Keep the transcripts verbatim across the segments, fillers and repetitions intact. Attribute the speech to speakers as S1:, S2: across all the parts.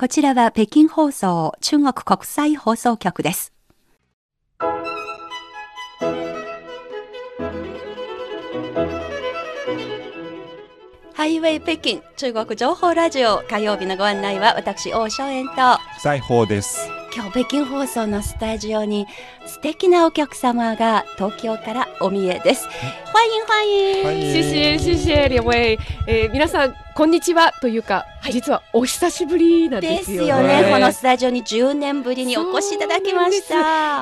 S1: こちらは北京放送中国国際放送局です。ハイウェイ北京中国情報ラジオ、火曜日のご案内は私王正円と
S2: 西宝です。
S1: 今日北京放送のスタジオに素敵なお客様が東京からお見えです。欢迎欢迎。
S3: 谢谢谢谢两位、えー、皆さんこんにちはというか、はい、実はお久しぶりなんですよね。
S1: ですよね。このスタジオにじゅうねんぶりにお越しいただきました。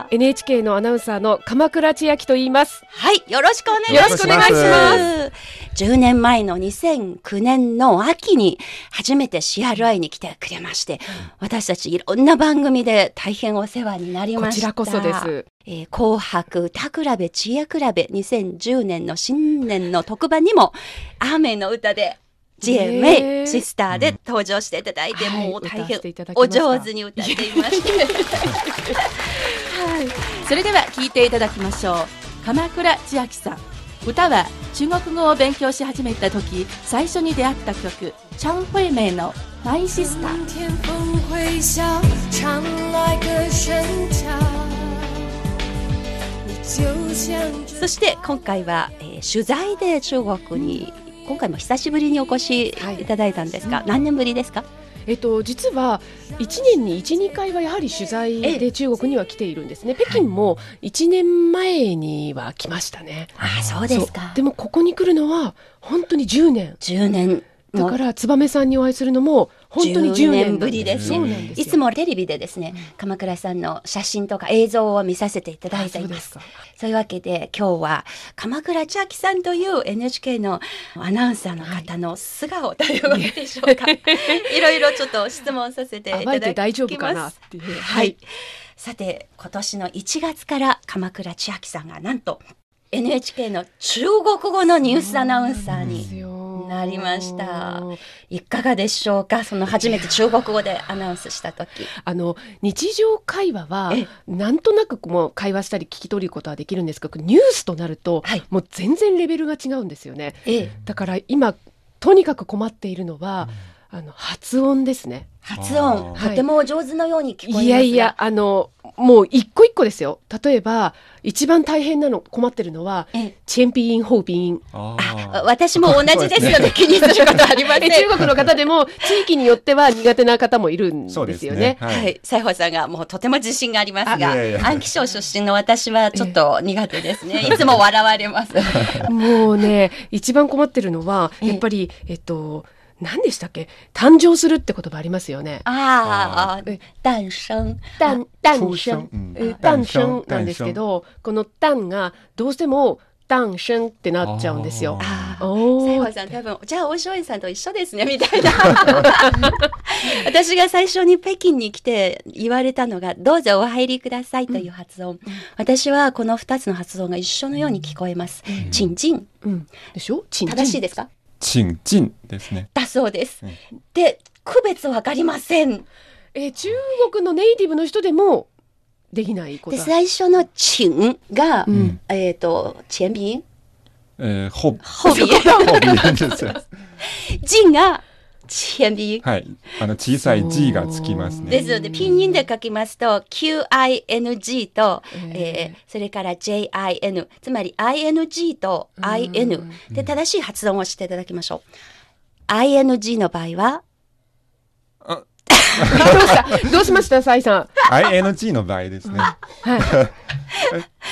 S3: エヌエイチケー のアナウンサーの鎌倉千秋と言います。
S1: はい、よろしくお願いします。
S3: よろしくお願いします。
S1: じゅうねんまえのにせんきゅうねんの秋に初めて シーアールアイ に来てくれまして、うん、私たちいろんな番組で大変お世話になりました。
S3: こちらこそです。
S1: えー、紅白歌比べ知恵比べにせんじゅうねんの新年の特番にも雨の歌でジェメイシスターで登場していただいて、うん、もう大変お上手に歌っていまして、はい、
S4: それでは聴いていただきましょう。鎌倉千秋さん、歌は中国語を勉強し始めた時最初に出会った曲、張惠妹のマイシスター。
S1: そして今回は、えー、取材で中国に今回も久しぶりにお越しいただいたんですが、はい、何年ぶりですか？
S3: えっと、実はいちねんにいち、にかいはやはり取材で中国には来ているんですね。北京もいちねんまえには来ましたね。
S1: ああ、そうですか。
S3: でもここに来るのは本当にじゅうねん。
S1: じゅうねん
S3: だから燕さんにお会いするのも本当にじゅうねん
S1: ぶりです。そうなんです。いつもテレビでですね、うん、鎌倉さんの写真とか映像を見させていただいています。そうですか。そういうわけで今日は鎌倉千秋さんという エヌエイチケー のアナウンサーの方の素顔というわけでしょうか、はい、いろいろちょっと質問させていただきます。
S3: 暴いて大丈夫かなっていう、
S1: はいはい、さて今年のいちがつから鎌倉千秋さんがなんと エヌエイチケー の中国語のニュースアナウンサーになりました。いかがでしょうか？その初めて中国語でアナウンスした時。
S3: あの日常会話はなんとなくもう会話したり聞き取ることはできるんですけど、ニュースとなると、はい、もう全然レベルが違うんですよね。だから今とにかく困っているのは、うん、あの発音ですね。
S1: 発音、とてもお上手のように聞こえますが、
S3: いやいや、あのもう一個一個ですよ。例えば一番大変なの、困ってるのはチェンピーンホーピーン。
S1: あ、私も同じですので気にすることありません。
S3: 中国の方でも地域によっては苦手な方もいるんですよね。そうですね。
S1: はい。西宝さんがもうとても自信がありますが、安徽省出身の私はちょっと苦手ですね。いつも笑われます。
S3: もうね、一番困ってるのはやっぱりえっと。何でしたっけ？誕生するって言葉ありますよね。
S1: ああ、誕生、
S3: 誕生、誕生なんですけど、この誕がどうしても誕生ってなっちゃうんですよ。
S1: ああ、西宝さん多分じゃあ大正円さんと一緒ですねみたいな。私が最初に北京に来て言われたのが、どうぞお入りくださいという発音。うん、私はこのふたつの発音が一緒のように聞こえます。チンチン、
S3: でしょ？チンチン。
S1: 正しいですか？
S2: チンチンですね。
S1: だそうです。うん、で、区別わかりません。
S3: えー、中国のネイティブの人でもできないこと。
S1: で、最初のチンが、うん、えっ、ー、と、チェンビン、
S2: えー、ホ
S1: ホビー。ジンがチェンビン。
S2: はい。あの小さい G がつきますね。
S1: ですので、ピンインで書きますと キューアイエヌジー と、えー、それから ジェイアイエヌ、つまり アイエヌジー と アイエヌ で正しい発音をしていただきましょう。アイエヌジー の場合は、
S3: どうしたどうしましたサイさん。
S2: アイエヌジー の場合ですね。はい。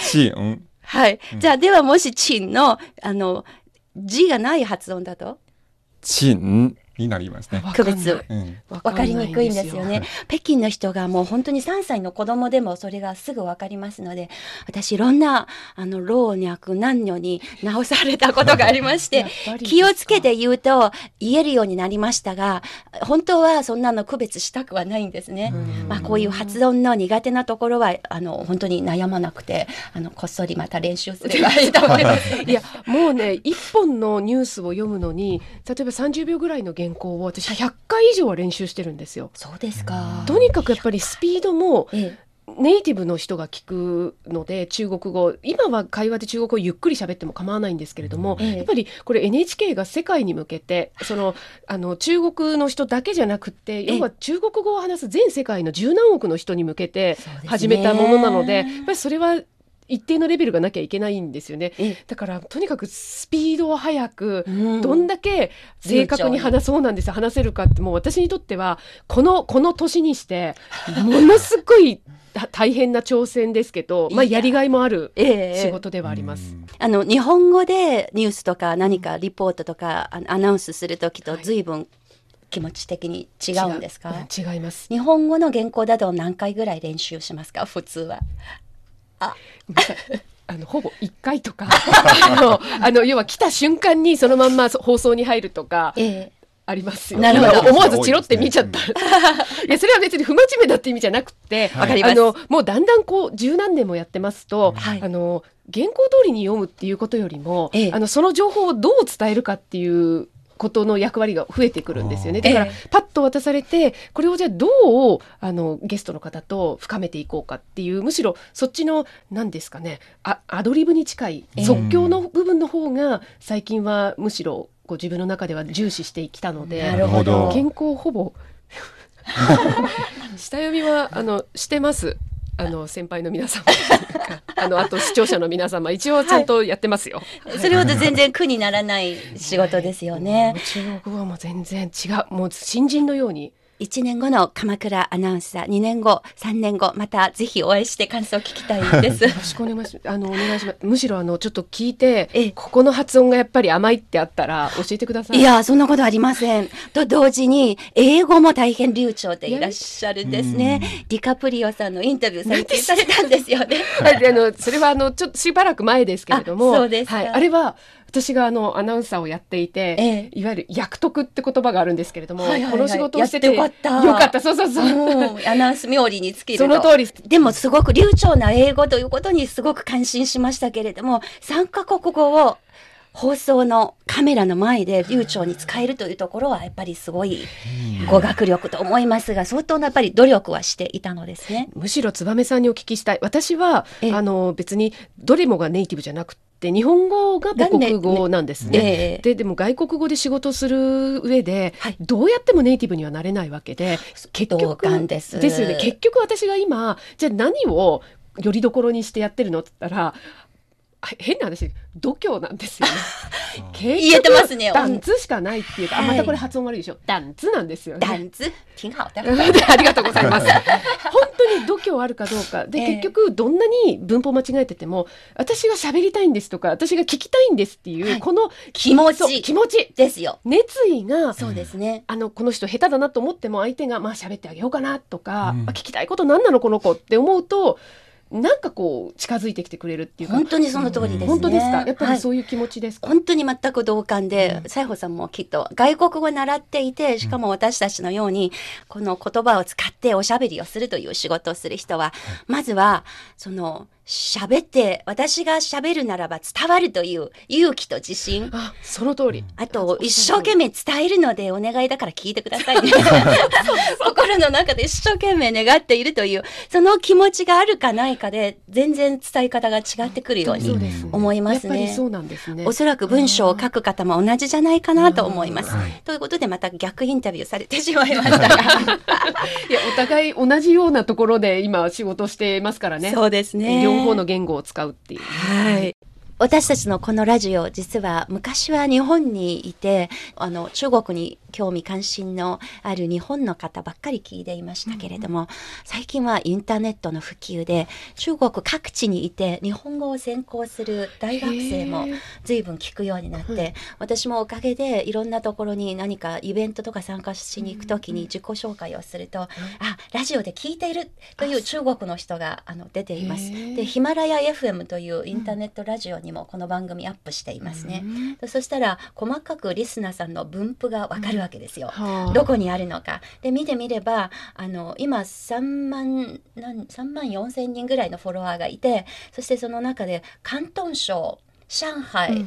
S2: チン。
S1: はい。じゃあではもしチンのあの G がない発音だと、
S2: チンになりますね。
S1: 区別、うん、分かりにくいんですよね。北京の人がもう本当にさんさいの子供でもそれがすぐ分かりますので、私いろんなあの老若男女に直されたことがありまして気をつけて言うと言えるようになりましたが、本当はそんなの区別したくはないんですね。まあ、こういう発音の苦手なところはあの本当に悩まなくて、あのこっそりまた練習すればいいと思います。
S3: いやもうね、一本のニュースを読むのに例えばさんじゅうびょうぐらいの原稿を私ひゃっかい以上は練習してるんですよ。
S1: そうですか。
S3: とにかくやっぱりスピードも、ええ、 ネイティブの人が聞くので中国語、今は会話で中国語をゆっくり喋っても構わないんですけれども、やっぱりこれ エヌエイチケー が世界に向けてそのあの中国の人だけじゃなくて、要は中国語を話す全世界の十何億の人に向けて始めたものなので、やっぱりそれは一定のレベルがなきゃいけないんですよね。だからとにかくスピードは速く、うん、どんだけ正確に話そうなんです話せるかって、もう私にとってはこのこの年にしてものすごい大変な挑戦ですけど、まあ、やりがいもある仕事ではあります、
S1: えー、あの日本語でニュースとか何かリポートとかアナウンスするときと随分気持ち的に違うんですか？
S3: 違う、違います。
S1: 日本語の原稿だと何回ぐらい練習しますか普通は？
S3: ああのほぼいっかいとかあのあの要は来た瞬間にそのまんま放送に入るとか、ええ、ありますよ。
S1: なるほど。
S3: 思わずチロって見ちゃった、ね、いやそれは別に不真面目だって意味じゃなくて、
S1: はい、あ
S3: のもうだんだんこう十何年もやってますと、はい、あの原稿通りに読むっていうことよりも、ええ、あのその情報をどう伝えるかっていうことの役割が増えてくるんですよね。だからパッと渡されてこれをじゃあどうあのゲストの方と深めていこうかっていう、むしろそっちの何ですかね、あアドリブに近い即興の部分の方が最近はむしろこう自分の中では重視してきたので、
S1: なるほど。
S3: 原稿ほぼ下読みはあのしてます。あの先輩の皆様あのあと視聴者の皆様一応ちゃんとやってますよ、
S1: はい、それほど全然苦にならない仕事ですよね。
S3: 中国語はもう全然違う、もう新人のように。
S1: いちねんごの鎌倉アナウンサー、にねんごさんねんごまたぜひお会いして感想を聞きたいです。
S3: よろしくお願いします。あのお願いします。むしろあのちょっと聞いてえここの発音がやっぱり甘いってあったら教えてください。
S1: いやそんなことありません。と同時に英語も大変流暢でいらっしゃるんですね。ディカプリオさんのインタビュー最近されたんですよね。
S3: はい、あのそれはあのちょっとしばらく前ですけれども、
S1: あ、そうですか。
S3: はい、あれは私があのアナウンサーをやっていて、ええ、いわゆる役得って言葉があるんですけれども、はいはいはい、この仕事をしてて
S1: やってよかった
S3: よかった、そうそうそう、
S1: うん、アナウンス冥利に尽きると。
S3: その通り。
S1: でもすごく流暢な英語ということにすごく感心しましたけれども、さんカ国語を放送のカメラの前で流暢に使えるというところはやっぱりすごい語学力と思いますが、相当なやっぱり努力はしていたのですね。
S3: むしろ燕さんにお聞きしたい。私はあの別にどれもがネイティブじゃなくて日本語が母国語なんですね、ねえー、で, でも外国語で仕事する上で、はい、どうやってもネイティブにはなれないわけで、結局
S1: です
S3: ですよね。結局私が今じゃあ何をよりどころにしてやってるのって言ったら、変な話、度胸なんですよね。
S1: 言えてますね。
S3: ダンツしかないっていうか、はい、あまたこれ発音悪いでしょ。ダンツなんですよね。
S1: ダンツ挺好的。
S3: ありがとうございます。本当に度胸あるかどうかで、えー、結局どんなに文法間違えてても、私が喋りたいんですとか私が聞きたいんですっていう、はい、この
S1: 気持ち
S3: 気持ち
S1: ですよ。
S3: 熱意が、
S1: そうですね。
S3: あのこの人下手だなと思っても相手がまあ喋ってあげようかなとか、うん、聞きたいこと何なのこの子って思うと。なんかこう近づいてきてくれるっていうか、
S1: 本当にその通りですね。
S3: 本当ですか。やっぱりそういう気持ちですか。
S1: はい、本当に全く同感で、西郷さんもきっと外国語を習っていて、しかも私たちのようにこの言葉を使っておしゃべりをするという仕事をする人は、まずはその喋って私が喋るならば伝わるという勇気と自信、
S3: あ、その通り。
S1: あと一生懸命伝えるのでお願いだから聞いてくださいね。心の中で一生懸命願っているというその気持ちがあるかないかで全然伝え方が違ってくるように思いますね。
S3: やっぱりそうなんですね。
S1: おそらく文章を書く方も同じじゃないかなと思います。ということでまた逆インタビューされてしまいましたがい
S3: やお互い同じようなところで今仕事してますからね。
S1: そうですね。
S3: 両方の言語を使うっていう、
S1: はい、私たちのこのラジオ、実は昔は日本にいてあの中国に興味関心のある日本の方ばっかり聞いていましたけれども、うん、最近はインターネットの普及で中国各地にいて日本語を専攻する大学生も随分聞くようになって、うん、私もおかげでいろんなところに何かイベントとか参加しに行くときに自己紹介をすると、うん、あ、ラジオで聞いているという中国の人があの出ています。で、ヒマラヤ エフエム というインターネットラジオにもこの番組アップしていますね、うん、そしたら細かくリスナーさんの分布がわかるわけですよ、うん、どこにあるのかで見てみればあの今さんまんよんせんにんぐらいのフォロワーがいて、そしてその中で広東省、上海、うん、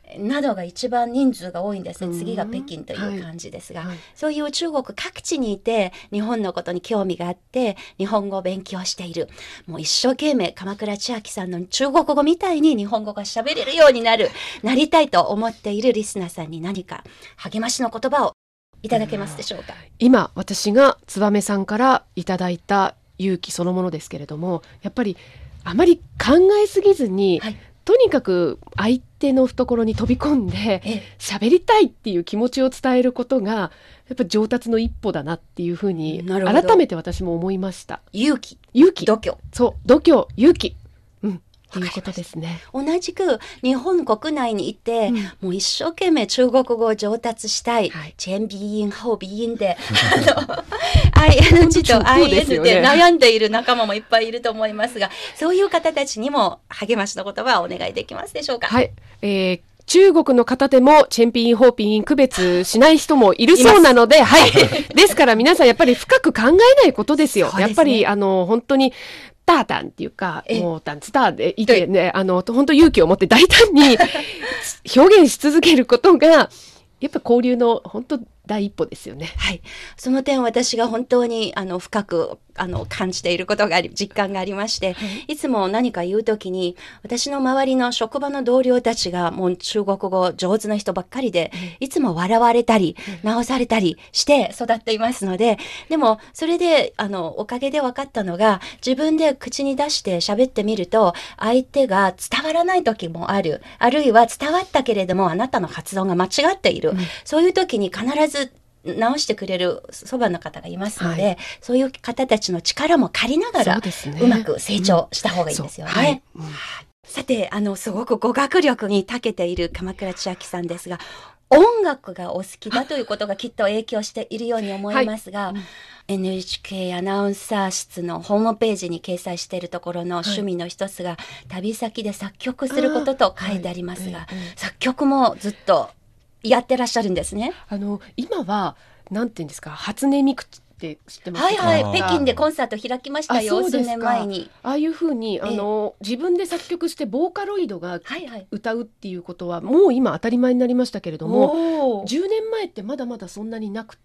S1: などが一番人数が多いんですね。次が北京という感じですが、はいはい、そういう中国各地にいて日本のことに興味があって日本語を勉強している、もう一生懸命鎌倉千秋さんの中国語みたいに日本語が喋れるようになるなりたいと思っているリスナーさんに何か励ましの言葉をいただけますでしょうか。
S3: 今私が燕さんからいただいた勇気そのものですけれども、やっぱりあまり考えすぎずに、はい、とにかく相手の懐に飛び込んで喋りたいっていう気持ちを伝えることがやっぱ上達の一歩だなっていうふうに改めて私も思いました。
S1: 勇気、
S3: 勇気、
S1: 度胸、
S3: そう度胸、勇気、うんということですね。
S1: 同じく日本国内にいて、うん、もう一生懸命中国語を上達したい、はい、前鼻音後鼻音でアイエヌジー と アイエヌ で悩んでいる仲間もいっぱいいると思いますが、そういう方たちにも励ましの言葉をお願いできますでしょうか。
S3: はい、えー中国の方でもチェンピンホーピン区別しない人もいるそうなので、はい。ですから皆さんやっぱり深く考えないことですよ。すね、やっぱりあの本当にタータンっていうか、もうタンツターでいてね、あの本当勇気を持って大胆に表現し続けることがやっぱ交流の本当第一歩ですよね。
S1: はい。その点私が本当にあの深くあの感じていることがあり、実感がありまして、はい、いつも何か言うときに私の周りの職場の同僚たちがもう中国語上手な人ばっかりで、うん、いつも笑われたり、うん、直されたりして育っていますので、でもそれであのおかげで分かったのが、自分で口に出して喋ってみると相手が伝わらない時もある、あるいは伝わったけれどもあなたの発音が間違っている、うん、そういう時に必ず直してくれるそばの方がいますので、はい、そういう方たちの力も借りながら う,、ね、うまく成長した方がいいですよね。うんはいうん、さて、あのすごく語学力に長けている鎌倉千秋さんですが、音楽がお好きだということがきっと影響しているように思いますが、はい、エヌエイチケー アナウンサー室のホームページに掲載しているところの趣味の一つが、はい、旅先で作曲することと書いてありますが、はい、作曲もずっとやってらっしゃるんですね。
S3: あの今はなんていうんですか、初音ミクって知ってますか？
S1: はいはい、北京でコンサート開きましたよ、数年前に。
S3: ああいうふうにあの、えー、自分で作曲してボーカロイドが歌うっていうことはもう今当たり前になりましたけれども、じゅうねんまえってまだまだそんなになくって、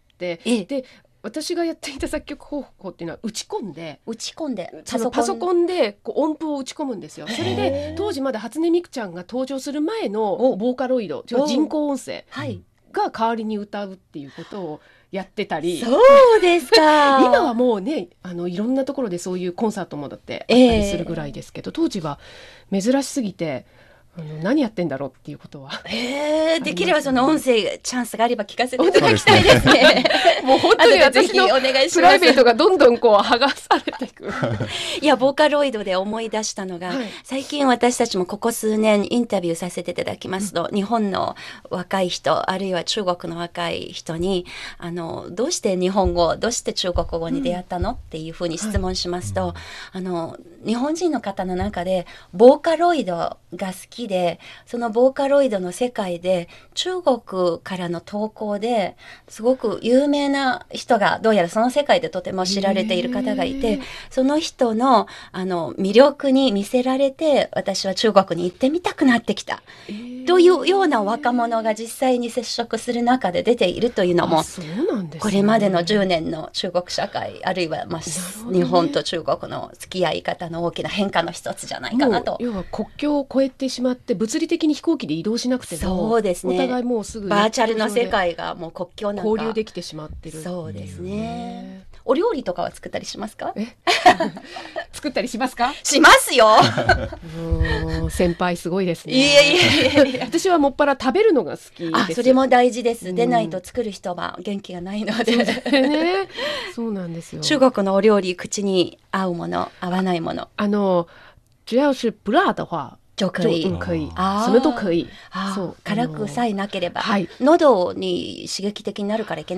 S3: えー、で私がやっていた作曲方法っていうのは打ち込んで
S1: 打ち込んで
S3: パソコン、パソコンでこう音符を打ち込むんですよ。それで当時まだ初音ミクちゃんが登場する前のボーカロイド、人工音声が代わりに歌うっていうことをやってたり。
S1: そうですか。
S3: 今はもうね、あのいろんなところでそういうコンサートもだってあったりするぐらいですけど、えー、当時は珍しすぎてあの何やってんだろうっていうことは、
S1: えー、できればその音声チャンスがあれば聞かせていただきたいですね。
S3: もう本当に私のプライベートがどんどんこう剥がされていく。
S1: いや、ボーカロイドで思い出したのが、はい、最近私たちもここ数年インタビューさせていただきますと、うん、日本の若い人あるいは中国の若い人にあのどうして日本語どうして中国語に出会ったの、うん、っていうふうに質問しますと、はい、あの日本人の方の中でボーカロイドが好きで、そのボーカロイドの世界で中国からの投稿ですごく有名な人がどうやらその世界でとても知られている方がいて、その人のあの魅力に魅せられて私は中国に行ってみたくなってきたというような若者が実際に接触する中で出ているというのも、これまでのじゅうねんの中国社会あるいは、まあね、日本と中国の付き合い方の大きな変化の一つじゃないかなと。
S3: 要は国境を越えてしまって物理的に飛行機で移動しなくても、
S1: そうですね、
S3: お互いもうすぐ
S1: バーチャルの世界がもう国境なんか
S3: 交流できてしまってる。
S1: そうですね。お料理とかは作ったりしますか？
S3: え作ったりしますか？
S1: しますよ。
S3: もう先輩すごいですね。
S1: いやいやいや
S3: 私はもっぱら食べるのが好きです。
S1: あ、それも大事です。でないと作る人は元気がないので。
S3: ね、そうなんですよ。
S1: 中国のお料理、口に合うもの合わないもの。
S3: あの只要是不辣的話
S1: 就可以、
S3: うん、可以、什么都可以。
S1: そう、辛くさえなければ、はい、喉に刺激的になるからいけない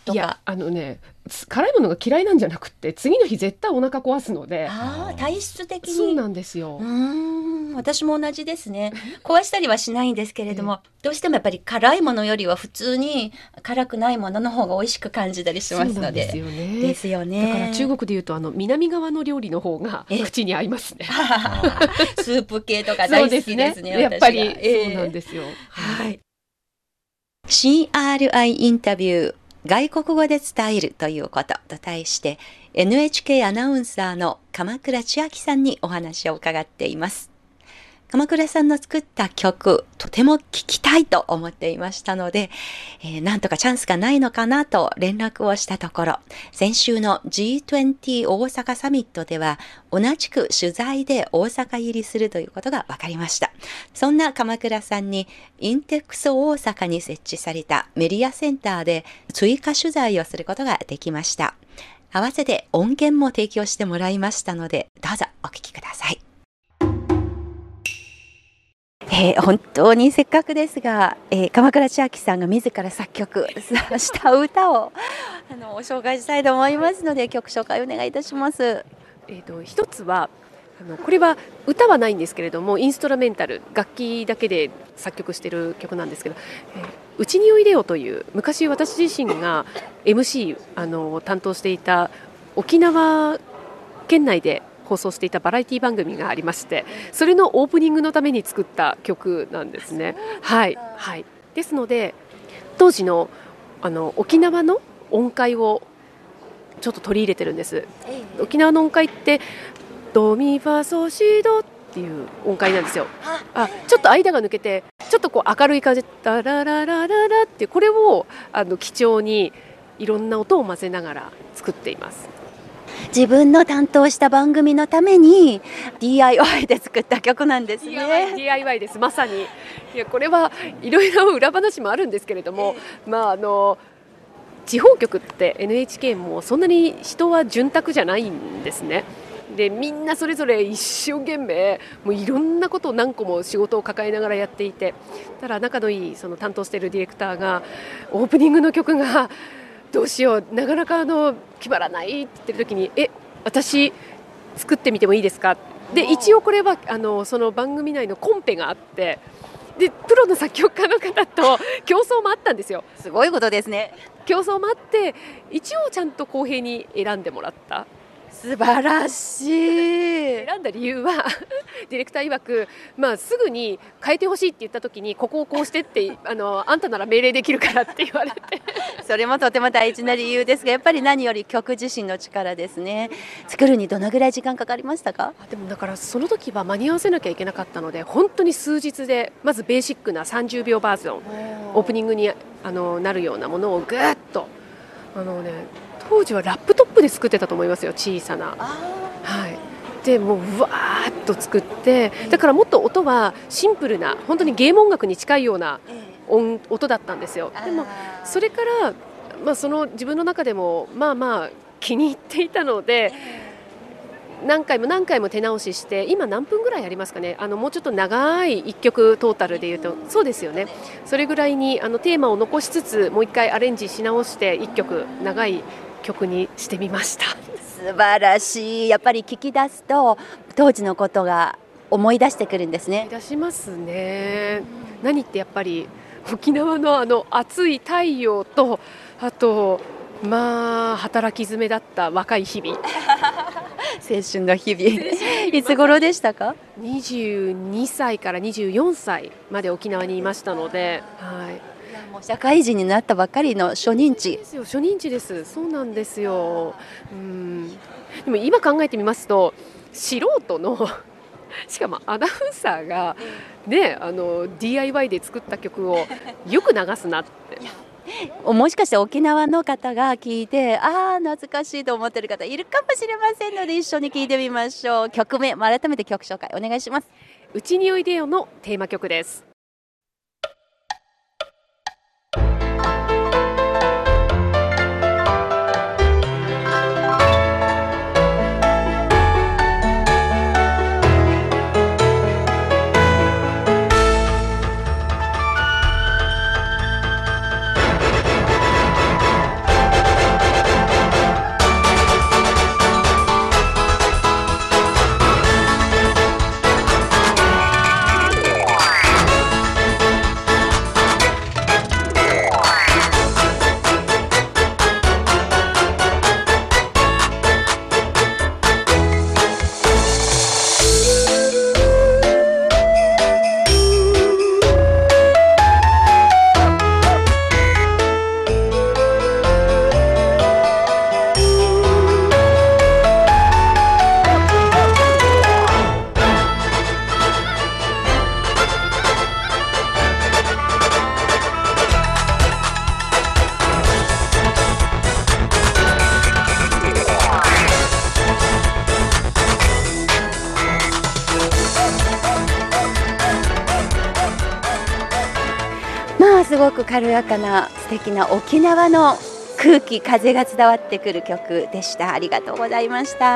S1: とか。
S3: いやあのね辛いものが嫌いなんじゃなくて次の日絶対お腹壊すので。
S1: ああ、体質的に。
S3: そうなんですよ。
S1: うーん、私も同じですね。壊したりはしないんですけれども、ええ、どうしてもやっぱり辛いものよりは普通に辛くないものの方が美味しく感じたりしますので。そうなんですよね。ですよね。
S3: だから中国でいうとあの南側の料理の方が口に合いますね。
S1: スープ系とか大好きですね。
S3: やっぱり、えー、そうなんですよ。
S1: はい。シーアールアイ インタビュー。外国語で伝えるということと題して エヌエイチケー アナウンサーの鎌倉千秋さんにお話を伺っています。鎌倉さんの作った曲、とても聴きたいと思っていましたので、えー、なんとかチャンスがないのかなと連絡をしたところ、先週の ジートゥエンティー 大阪サミットでは同じく取材で大阪入りするということが分かりました。そんな鎌倉さんにインテックス大阪に設置されたメディアセンターで追加取材をすることができました。合わせて音源も提供してもらいましたので、どうぞお聞きください。えー、本当にせっかくですが、えー、鎌倉千秋さんが自ら作曲した歌をあの紹介したいと思いますので、曲紹介お願いいたします。
S3: えーと、一つはあのこれは歌はないんですけれどもインストラメンタル楽器だけで作曲している曲なんですけど、えー、うちにおいでよという昔私自身が エムシー あの担当していた沖縄県内で放送していたバラエティ番組がありまして、それのオープニングのために作った曲なんですね。はい、はい、ですので当時 の, あの沖縄の音階をちょっと取り入れてるんです。沖縄の音階ってドミファソシドっていう音階なんですよ。あ、ちょっと間が抜けてちょっとこう明るい感じでダラララララってこれをあの基調にいろんな音を混ぜながら作っています。
S1: 自分の担当した番組のために ディーアイワイ で作った曲なんですね。
S3: ディーアイワイ, ディーアイワイ ですまさに。いやこれはいろいろ裏話もあるんですけれども、まああの地方局って エヌエイチケー もそんなに人は潤沢じゃないんですね。でみんなそれぞれ一生懸命もういろんなことを何個も仕事を抱えながらやっていて、ただ仲のいいその担当しているディレクターがオープニングの曲がどうしようなかなかあの決まらないって言ってる時に、え私作ってみてもいいですか。で一応これはあのその番組内のコンペがあって、でプロの作曲家の方と競争もあったんですよ。
S1: すごいことですね。
S3: 競争もあって一応ちゃんと公平に選んでもらった。
S1: 素晴らしい。
S3: 選んだ理由はディレクター曰く、まあ、すぐに変えてほしいって言った時にここをこうしてってあのあんたなら命令できるからって言われて
S1: それもとても大事な理由ですが、やっぱり何より曲自身の力ですね。作るにどのぐらい時間かかりましたか。
S3: でもだからその時は間に合わせなきゃいけなかったので本当に数日でまずベーシックなさんじゅうびょうバージョンオープニングにあのなるようなものをぐっとあのね当時はラップトップで作ってたと思いますよ。小さな、はい、でもううわーっと作って、だからもっと音はシンプルな本当にゲーム音楽に近いような音、音だったんですよ。でもそれから、まあ、その自分の中でもまあまあ気に入っていたので何回も何回も手直しして、今何分ぐらいありますかね。あのもうちょっと長いいっきょくトータルでいうとそうですよね。それぐらいにあのテーマを残しつつもう一回アレンジし直していっきょく長い曲にしてみました。
S1: 素晴らしい。やっぱり聞き出すと当時のことが思い出してくるんですね。
S3: 思い出しますね。何ってやっぱり沖縄のあの暑い太陽と、あとまあ働き詰めだった若い日々
S1: 青春の日々いつ頃でしたか。
S3: にじゅうにさいからにじゅうよんさいまで沖縄にいましたので、はい、
S1: もう社会人になったばかりの初任地
S3: ですよ。初任地です。そうなんですよ。うん、でも今考えてみますと素人のしかもアナウンサーが、ね、あの ディーアイワイ で作った曲をよく流すなって
S1: もしかして沖縄の方が聞いてああ懐かしいと思ってる方いるかもしれませんので一緒に聞いてみましょう。曲名改めて曲紹介お願いします。
S3: うちにおいでよのテーマ曲です。
S1: ごく軽やかな素敵な沖縄の空気風が伝わってくる曲でした。ありがとうございました。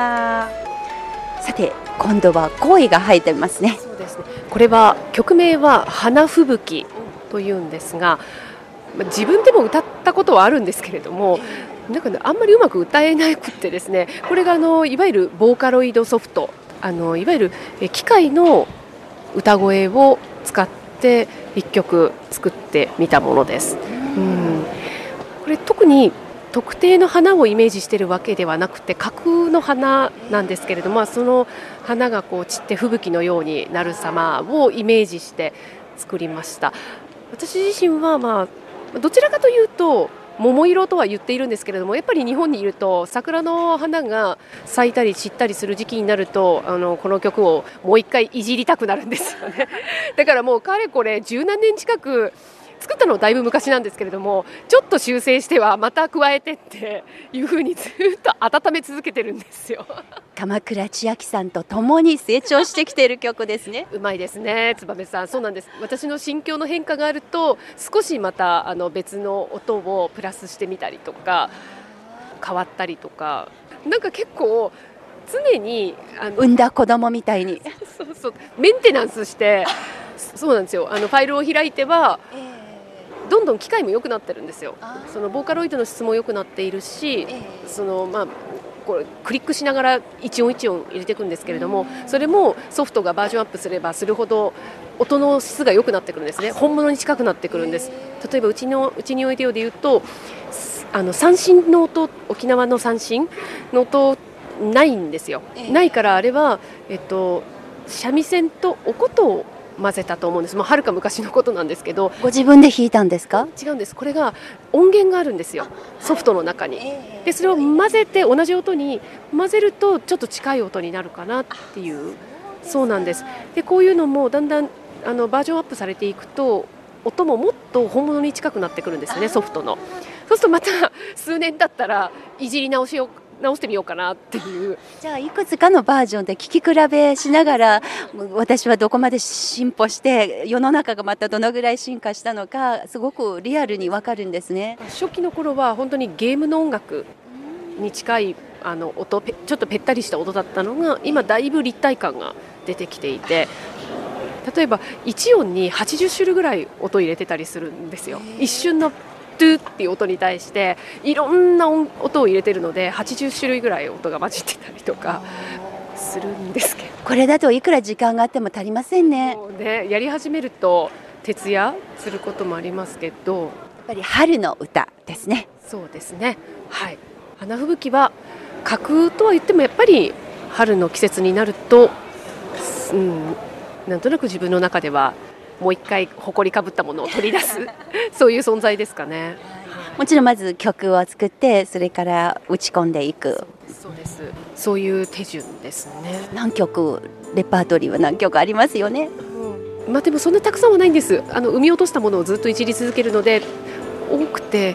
S1: さて今度は声が入ってますね。
S3: そうですね。これは曲名は花吹雪というんですが、自分でも歌ったことはあるんですけれども、なんか、ね、あんまりうまく歌えなくてですね、これがあのいわゆるボーカロイドソフト、あのいわゆる機械の歌声を使って一曲作ってみたものです。うん、これ特に特定の花をイメージしているわけではなくて、架空の花なんですけれども、その花がこう散って吹雪のようになる様をイメージして作りました。私自身は、まあ、どちらかというと桃色とは言っているんですけれども、やっぱり日本にいると桜の花が咲いたり散ったりする時期になると、あのこの曲をもう一回いじりたくなるんですよね。だからもうかれこれ十何年近く作ったのはだいぶ昔なんですけれども、ちょっと修正してはまた加えてっていう風にずっと温め続けてるんですよ。
S1: 鎌倉千秋さんと共に成長してきている曲ですね。
S3: うまいですね、燕さん。そうなんです。私の心境の変化があると少しまたあの別の音をプラスしてみたりとか変わったりとか、なんか結構常にあの
S1: 産んだ子供みたいに
S3: そうそうメンテナンスしてそうなんですよ。あのファイルを開いては、えーどんどん機械も良くなってるんですよ。そのボーカロイドの質も良くなっているし、えー、そのまあこれクリックしながら一音一音入れていくんですけれども、それもソフトがバージョンアップすればするほど音の質が良くなってくるんですね。本物に近くなってくるんです。例えばうちのうちにおいでよで言うと、あの三振の音、沖縄の三振の音ないんですよ。えー、ないからあれは、えっと、三味線とお琴を混ぜたと思うんです。もうはるか昔のことなんですけど。
S1: ご自分で弾いたんですか？
S3: 違うんです。これが音源があるんですよ、ソフトの中に。でそれを混ぜて同じ音に混ぜるとちょっと近い音になるかなっていう。そうなんです。でこういうのもだんだんあのバージョンアップされていくと音ももっと本物に近くなってくるんですよね、ソフトの。そうするとまた数年経ったらいじり直しを直してみようかなっていう。
S1: じゃあいくつかのバージョンで聴き比べしながら、私はどこまで進歩して世の中がまたどのぐらい進化したのかすごくリアルに分かるんですね。
S3: 初期の頃は本当にゲームの音楽に近いあの音、ちょっとぺったりした音だったのが今だいぶ立体感が出てきていて、例えばいち音にはちじゅっ種類ぐらい音入れてたりするんですよ。一瞬のトゥっていう音に対していろんな音を入れてるのではちじゅっ種類ぐらい音が混じってたりとかするんですけど、
S1: これだといくら時間があっても足りませんね。
S3: そうね、やり始めると徹夜することもありますけど、やっ
S1: ぱり春の歌ですね。
S3: そうですね、はい。花吹雪は架空とは言ってもやっぱり春の季節になると、うん、なんとなく自分の中ではもう一回埃かぶったものを取り出すそういう存在ですかね。
S1: もちろんまず曲を作ってそれから打ち込んでいく。
S3: そうです。そういう手順ですね。
S1: 何曲レパートリーは何曲ありますよね。
S3: うん、まあでもそんなたくさんはないんです。あの生み落としたものをずっといじり続けるので多くて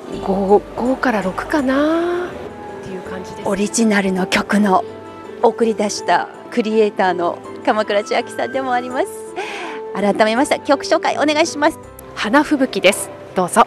S3: 5, 5からろくかなっていう感じです。
S1: オリジナルの曲の送り出したクリエイターの鎌倉千秋さんでもあります。改めました曲紹介お願いします。
S3: 花吹雪です。どうぞ。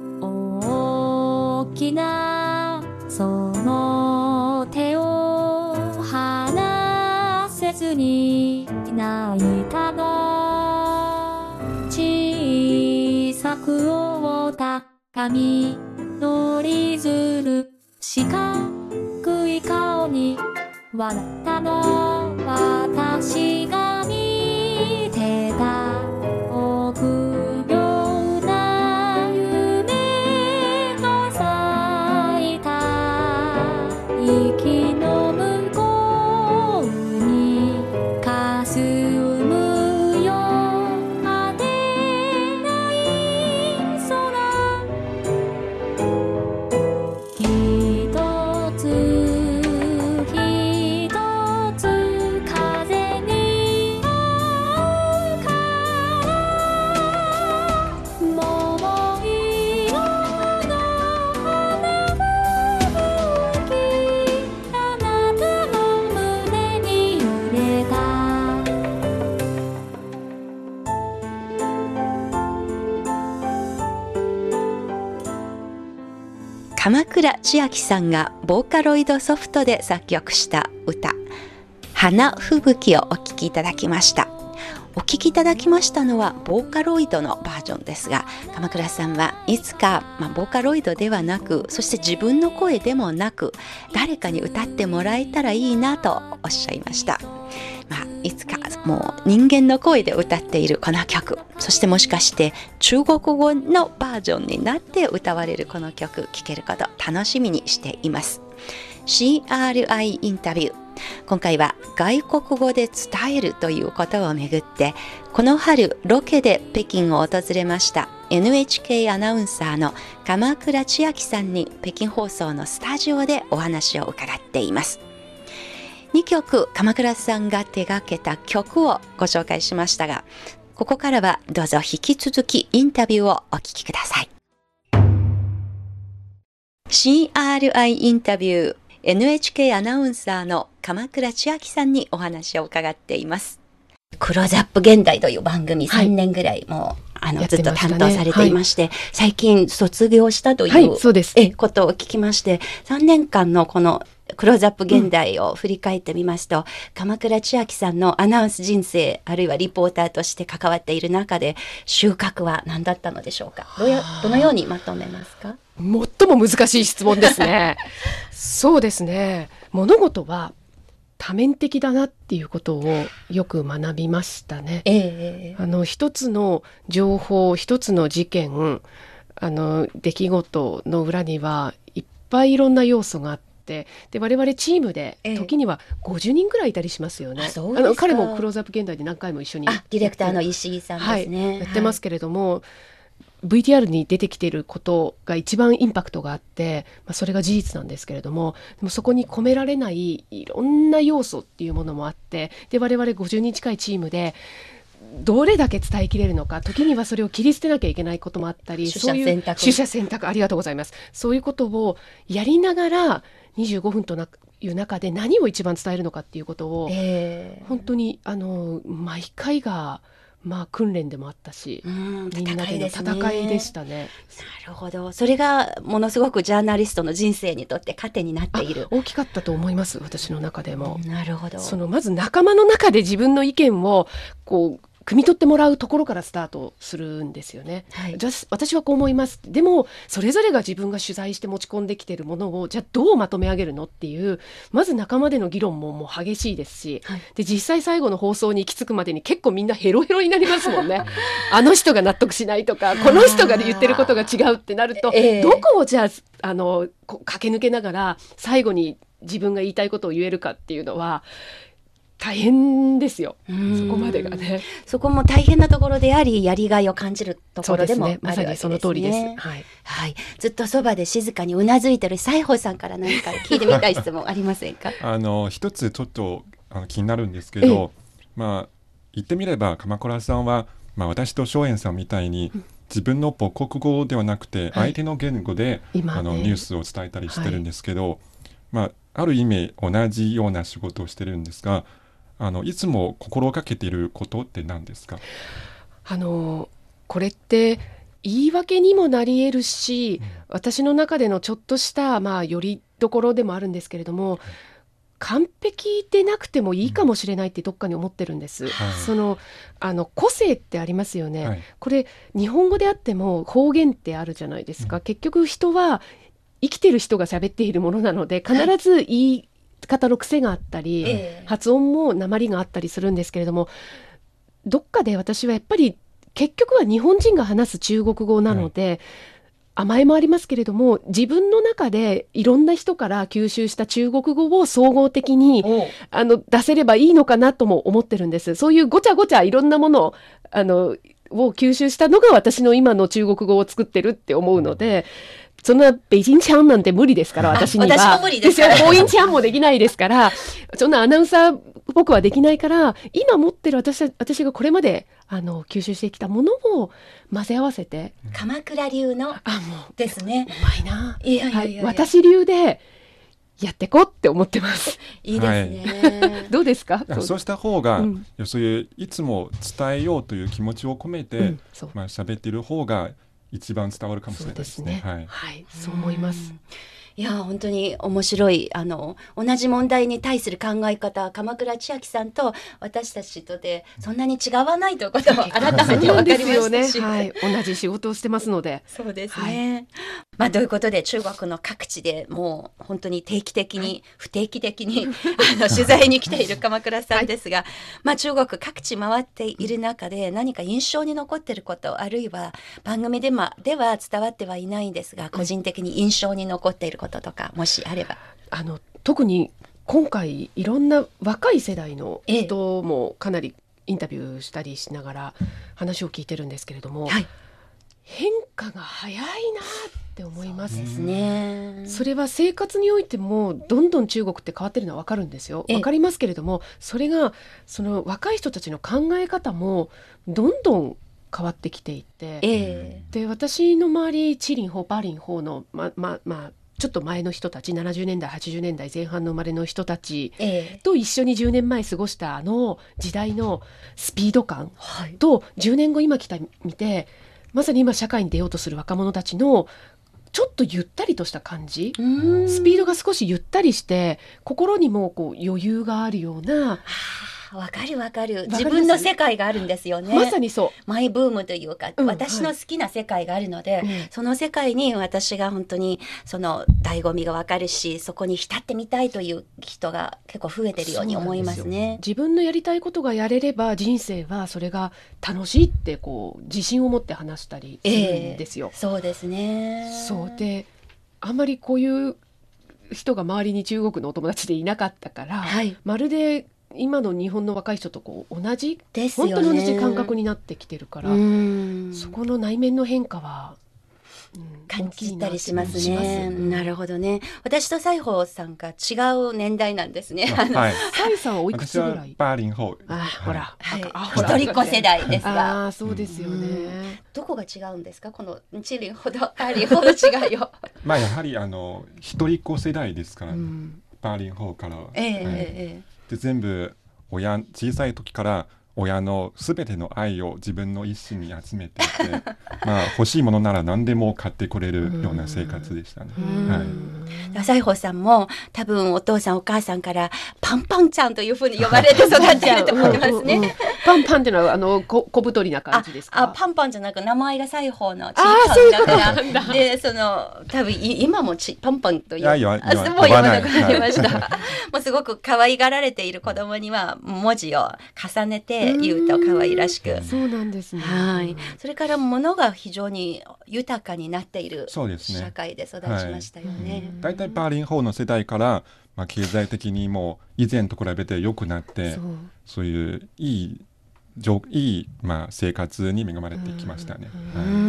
S5: 大きなその手を離せずに泣いたの、小さく覆った髪のリズム、四角い顔に笑ったの、私が見てた臆病な夢の咲いた息の向こうにかすむよ果てない空、一つ
S1: 鎌倉千秋さんがボーカロイドソフトで作曲した歌、花吹雪をお聴きいただきました。お聴きいただきましたのはボーカロイドのバージョンですが、鎌倉さんはいつか、まあ、ボーカロイドではなく、そして自分の声でもなく、誰かに歌ってもらえたらいいなとおっしゃいました。まあ、いつかもう人間の声で歌っているこの曲、そしてもしかして中国語のバージョンになって歌われるこの曲、聴けること楽しみにしています。 シーアールアイ インタビュー、今回は外国語で伝えるということをめぐって、この春ロケで北京を訪れました エヌエイチケー アナウンサーの鎌倉千秋さんに北京放送のスタジオでお話を伺っています。にきょく鎌倉さんが手掛けた曲をご紹介しましたが、ここからはどうぞ引き続きインタビューをお聞きください。 シーアールアイ インタビュー、エヌエイチケー アナウンサーの鎌倉千秋さんにお話を伺っています。クローズアップ現代という番組、さんねんぐらいもうあのずっと担当されていまして、はい、最近卒業したという、はい、そうですえことを聞きまして、さんねんかんのこのクローズアップ現代を振り返ってみますと、うん、鎌倉千秋さんのアナウンス人生、あるいはリポーターとして関わっている中で収穫は何だったのでしょうか。どうやどのようにまとめますか。
S3: 最も難しい質問ですね。そうですね、物事は多面的だなっていうことをよく学びましたね。えー、あの一つの情報、一つの事件、あの出来事の裏にはいっぱいいろんな要素があって、で我々チームで時にはごじゅうにんくらいいたりしますよね。ああの彼もクローズアップ現代で何回も一緒に
S1: あディレクターの石井さんですね、
S3: はい、やってますけれども、はい、ブイティーアール に出てきていることが一番インパクトがあって、まあ、それが事実なんですけれども、でもそこに込められないいろんな要素っていうものもあって、で我々ごじゅうにん近いチームでどれだけ伝えきれるのか、時にはそれを切り捨てなきゃいけないこともあったり、
S1: 取捨選択、
S3: 取捨選択、ありがとうございます。そういうことをやりながらにじゅうごふんという中で何を一番伝えるのかっていうことを、えー、本当にあの毎回がまあ訓練でもあったし、うん、みんなでの戦いでしたね。
S1: なるほど。それがものすごくジャーナリストの人生にとって糧になっている。
S3: 大きかったと思います、私の中でも。
S1: なるほど。
S3: そのまず仲間の中で自分の意見をこう汲み取ってもらうところからスタートするんですよね、はい、じゃ私はこう思います。でもそれぞれが自分が取材して持ち込んできているものをじゃあどうまとめ上げるのっていう、まず仲間での議論ももう激しいですし、はい、で実際最後の放送に行き着くまでに結構みんなヘロヘロになりますもんね。あの人が納得しないとか、この人が言ってることが違うってなると、えー、どこをじゃあ、あの駆け抜けながら最後に自分が言いたいことを言えるかっていうのは大変ですよ。そこまでがね。
S1: そこも大変なところであり、やりがいを感じるところでもあるわけですね。
S3: まさにその通りです。はい。
S1: はい。ずっとそばで静かにうなずいてる西郷さんから何か聞いてみたい質問ありませんか。
S2: あの一つちょっとあの気になるんですけど、まあ言ってみれば鎌倉さんは、まあ、私と松園さんみたいに、うん自分の母国語ではなくて相手の言語で、はい、あのニュースを伝えたりしてるんですけど、はいまあ、ある意味同じような仕事をしてるんですが、あのいつも心がけていることって何ですか。
S3: あのこれって言い訳にもなり得るし、うん、私の中でのちょっとした、まあ、よりどころでもあるんですけれども、はい完璧でなくてもいいかもしれないってどっかに思ってるんです、はい、そのあの個性ってありますよね、はい、これ日本語であっても方言ってあるじゃないですか、うん、結局人は生きてる人が喋っているものなので必ず言い方の癖があったり、はい、発音も訛りがあったりするんですけれども、どっかで私はやっぱり結局は日本人が話す中国語なので、はい甘えもありますけれども、自分の中でいろんな人から吸収した中国語を総合的にあの出せればいいのかなとも思ってるんです。そういうごちゃごちゃいろんなものをあのを吸収したのが私の今の中国語を作ってるって思うので、そんな北京腔なんて無理ですから、私には。
S1: 私も無理ですから。
S3: 母音腔もできないですから、そんなアナウンサー僕はできないから、今持ってる私私がこれまであの吸収してきたものを混ぜ合わせて。
S1: 鎌倉流のあもうですね。
S3: うまいな。
S1: いやいやいやいや、
S3: はい、私流でやってこうって思ってます。
S1: いいですね。
S3: はい、どうですか。
S2: そうした方が、うん、そういういつも伝えようという気持ちを込めて、うんまあ、喋っている方が一番伝わるかもしれないですね。
S3: そうですね、はいはい、そう思います。
S1: いや本当に面白い、あの同じ問題に対する考え方、鎌倉千秋さんと私たちとでそんなに違わないということも改めて分かりましたし、
S3: はい、同じ仕事をしてますので。
S1: そうですね、はい、まあ、ということで中国の各地でもう本当に定期的に、はい、不定期的にあの取材に来ている鎌倉さんですが、はい、まあ、中国各地回っている中で何か印象に残っていること、あるいは番組で、ま、では伝わってはいないんですが、個人的に印象に残っていることとかもしあれば。
S3: あの特に今回いろんな若い世代の人もかなりインタビューしたりしながら話を聞いてるんですけれども、はい、変化が早いなって思います。
S1: そうですね。
S3: それは生活においてもどんどん中国って変わってるのは分かるんですよ。分かりますけれども、それがその若い人たちの考え方もどんどん変わってきていて、えー、で私の周りチリンホーパーリンホーのまままあちょっと前の人たち、ななじゅうねんだいはちじゅうねんだいぜん半の生まれの人たちと一緒にじゅうねんまえ過ごしたあの時代のスピード感と、じゅうねんご今来た見て、まさに今社会に出ようとする若者たちのちょっとゆったりとした感じ、スピードが少しゆったりして心にもこう余裕があるような。
S1: わかるわかる、自分の世界があるんですよね。
S3: まさにそう、
S1: マイブームというか、うん、私の好きな世界があるので、はい、その世界に私が本当にその醍醐味がわかるし、そこに浸ってみたいという人が結構増えてるように思いますね。
S3: 自分のやりたいことがやれれば人生はそれが楽しいってこう自信を持って話したりするんですよ、
S1: えー、そうですね。
S3: そうで、あんまりこういう人が周りに中国のお友達でいなかったから、はい、まるで今の日本の若い人とこう同じですよね、本当に同じ感覚になってきてるから、そこの内面の変化は、
S1: うん、感じたりしますね。します、うん、なるほどね。私と西郷さんが違う年代なんですね。
S3: あの、はい、西さんはおいくつぐらい？
S2: 私はバーリンホー。
S3: あ、ほら、
S1: はい、一人っ子世代ですが。
S3: あ、そうですよね、うん。
S1: どこが違うんですか、このチリンほどバーリンほど違いを。
S2: まあやはりあの一人っ子世代ですから、ね、うん、バーリンホーから。えーはい、えー、で全部親、小さい時から親のすべての愛を自分の意思に集めていてまあ欲しいものなら何でも買ってくれるような生活でしたね。
S1: はい、西郷さんも多分お父さんお母さんからパンパンちゃんというふうに呼ばれて育っていると思いますね。うんうんうん、
S3: パンパンっていうのはあの小太りな感じですか？
S1: ああ、パンパンじゃなく名前が西郷のチーパンだからで、その多分今もチパンパンという、
S2: いや
S1: もう呼ばなくなりました。もうすごく可愛がられている子供には文字を重ねて言うと可愛らしく。
S3: そうなんですね。
S1: はい。それから物が非常に豊かになっている社会で育ちましたよね。
S2: だいたいバーリンホーの世代から、まあ、経済的にも以前と比べて良くなって、そう、そういういいいい、まあ、生活に恵まれてきましたね。
S1: うん、はい、うん、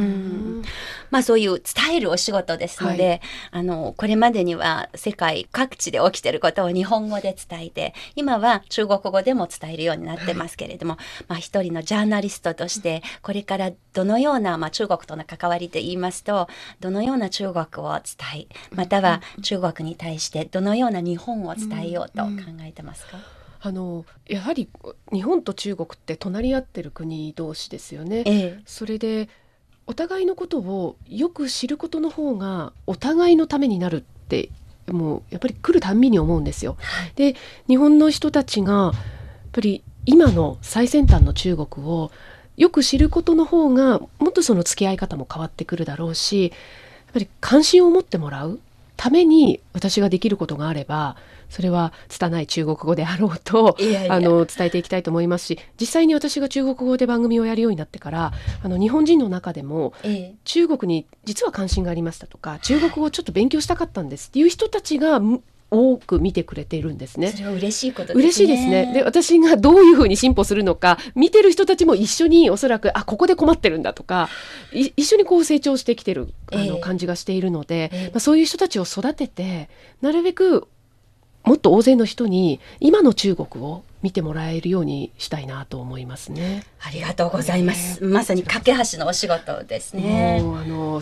S1: まあ、そういう伝えるお仕事ですので、はい、あのこれまでには世界各地で起きていることを日本語で伝えて、今は中国語でも伝えるようになってますけれども、はい、まあ、一人のジャーナリストとしてこれからどのような、まあ、中国との関わりといいますと、どのような中国を伝え、または中国に対してどのような日本を伝えようと考えてますか？うんうん、
S3: あのやはり日本と中国って隣り合ってる国同士ですよね。ええ、それでお互いのことをよく知ることの方がお互いのためになるってもうやっぱり来るたんびに思うんですよ。はい、で日本の人たちがやっぱり今の最先端の中国をよく知ることの方がもっとその付き合い方も変わってくるだろうし、やっぱり関心を持ってもらうために私ができることがあれば、それは拙い中国語であろうといやいやあの伝えていきたいと思いますし、実際に私が中国語で番組をやるようになってからあの日本人の中でも、ええ、中国に実は関心がありましたとか、中国語をちょっと勉強したかったんですっていう人たちが多く見てくれているんですね。
S1: それは嬉しいことですね。
S3: 嬉しいですね。で、私がどういうふうに進歩するのか見てる人たちも一緒におそらくあここで困ってるんだとか一緒にこう成長してきてるあの、えー、感じがしているので、えーまあ、そういう人たちを育ててなるべくもっと大勢の人に今の中国を見てもらえるようにしたいなと思いますね。
S1: ありがとうございます。まさに架け橋のお仕事ですね。
S3: もうあの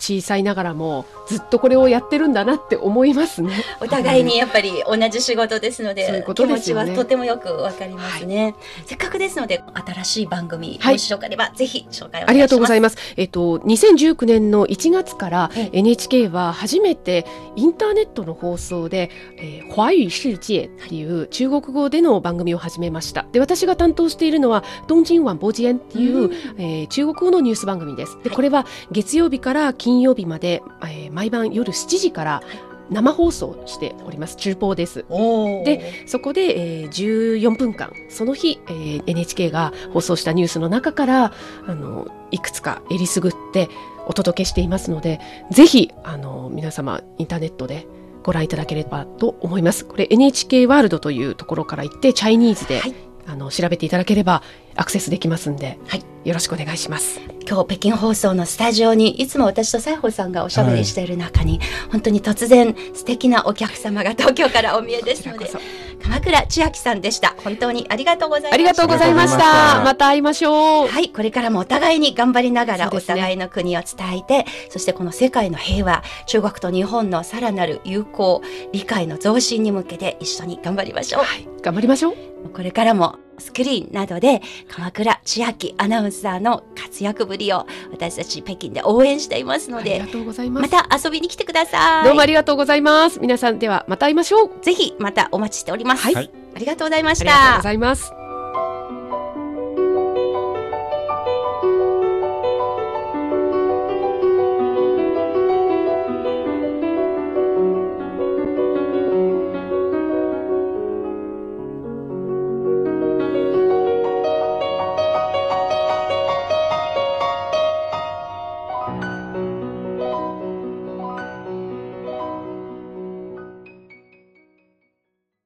S3: 小さいながらもずっとこれをやってるんだなって思いますね。
S1: お互いにやっぱり同じ仕事ですので、
S3: そういうことですよね、
S1: 気持ちはとてもよくわかりますね、はい、せっかくですので新しい番組、
S3: はい、
S1: もしよければぜひ紹介をお願いします。
S3: ありがとうございます。えっと、にせんじゅうきゅうねんのいちがつから エヌエイチケー は初めてインターネットの放送で、えー、華語世界っていう中国語での番組を始めました。で、私が担当しているのは東京晚報間っていう、うん、えー、中国語のニュース番組です。で、これは月曜日から金曜日まで、えー、毎晩夜しちじから生放送しております。中報です。で、そこで、えー、じゅうよんぷんかんその日、えー、エヌエイチケー が放送したニュースの中からあのいくつかえりすぐってお届けしていますので、ぜひあの皆様インターネットでご覧いただければと思います。これ エヌエイチケー ワールドというところから行ってチャイニーズで、はい、あの調べていただければアクセスできますんで、はい、よろしくお願いします。
S1: 今日北京放送のスタジオにいつも私と西郷さんがおしゃべりしている中に、はい、本当に突然素敵なお客様が東京からお見えですので、鎌倉千秋さんでした。本当にありがとうございました。
S3: ありがとうございました。また会いましょう。
S1: はい、これからもお互いに頑張りながら、お互いの国を伝えて、そしてこの世界の平和、中国と日本のさらなる友好理解の増進に向けて一緒に頑張りましょう。
S3: はい、頑張りましょう。
S1: これからもスクリーンなどで鎌倉千秋アナウンサーの活躍ぶりを私たち北京で応援していますので、
S3: ありがとうございます。
S1: また遊びに来てください。
S3: どうもありがとうございます。皆さん、ではまた会いましょう。
S1: ぜひまたお待ちしております。
S3: はい、
S1: ありがとうございました。
S3: ありがとうございます。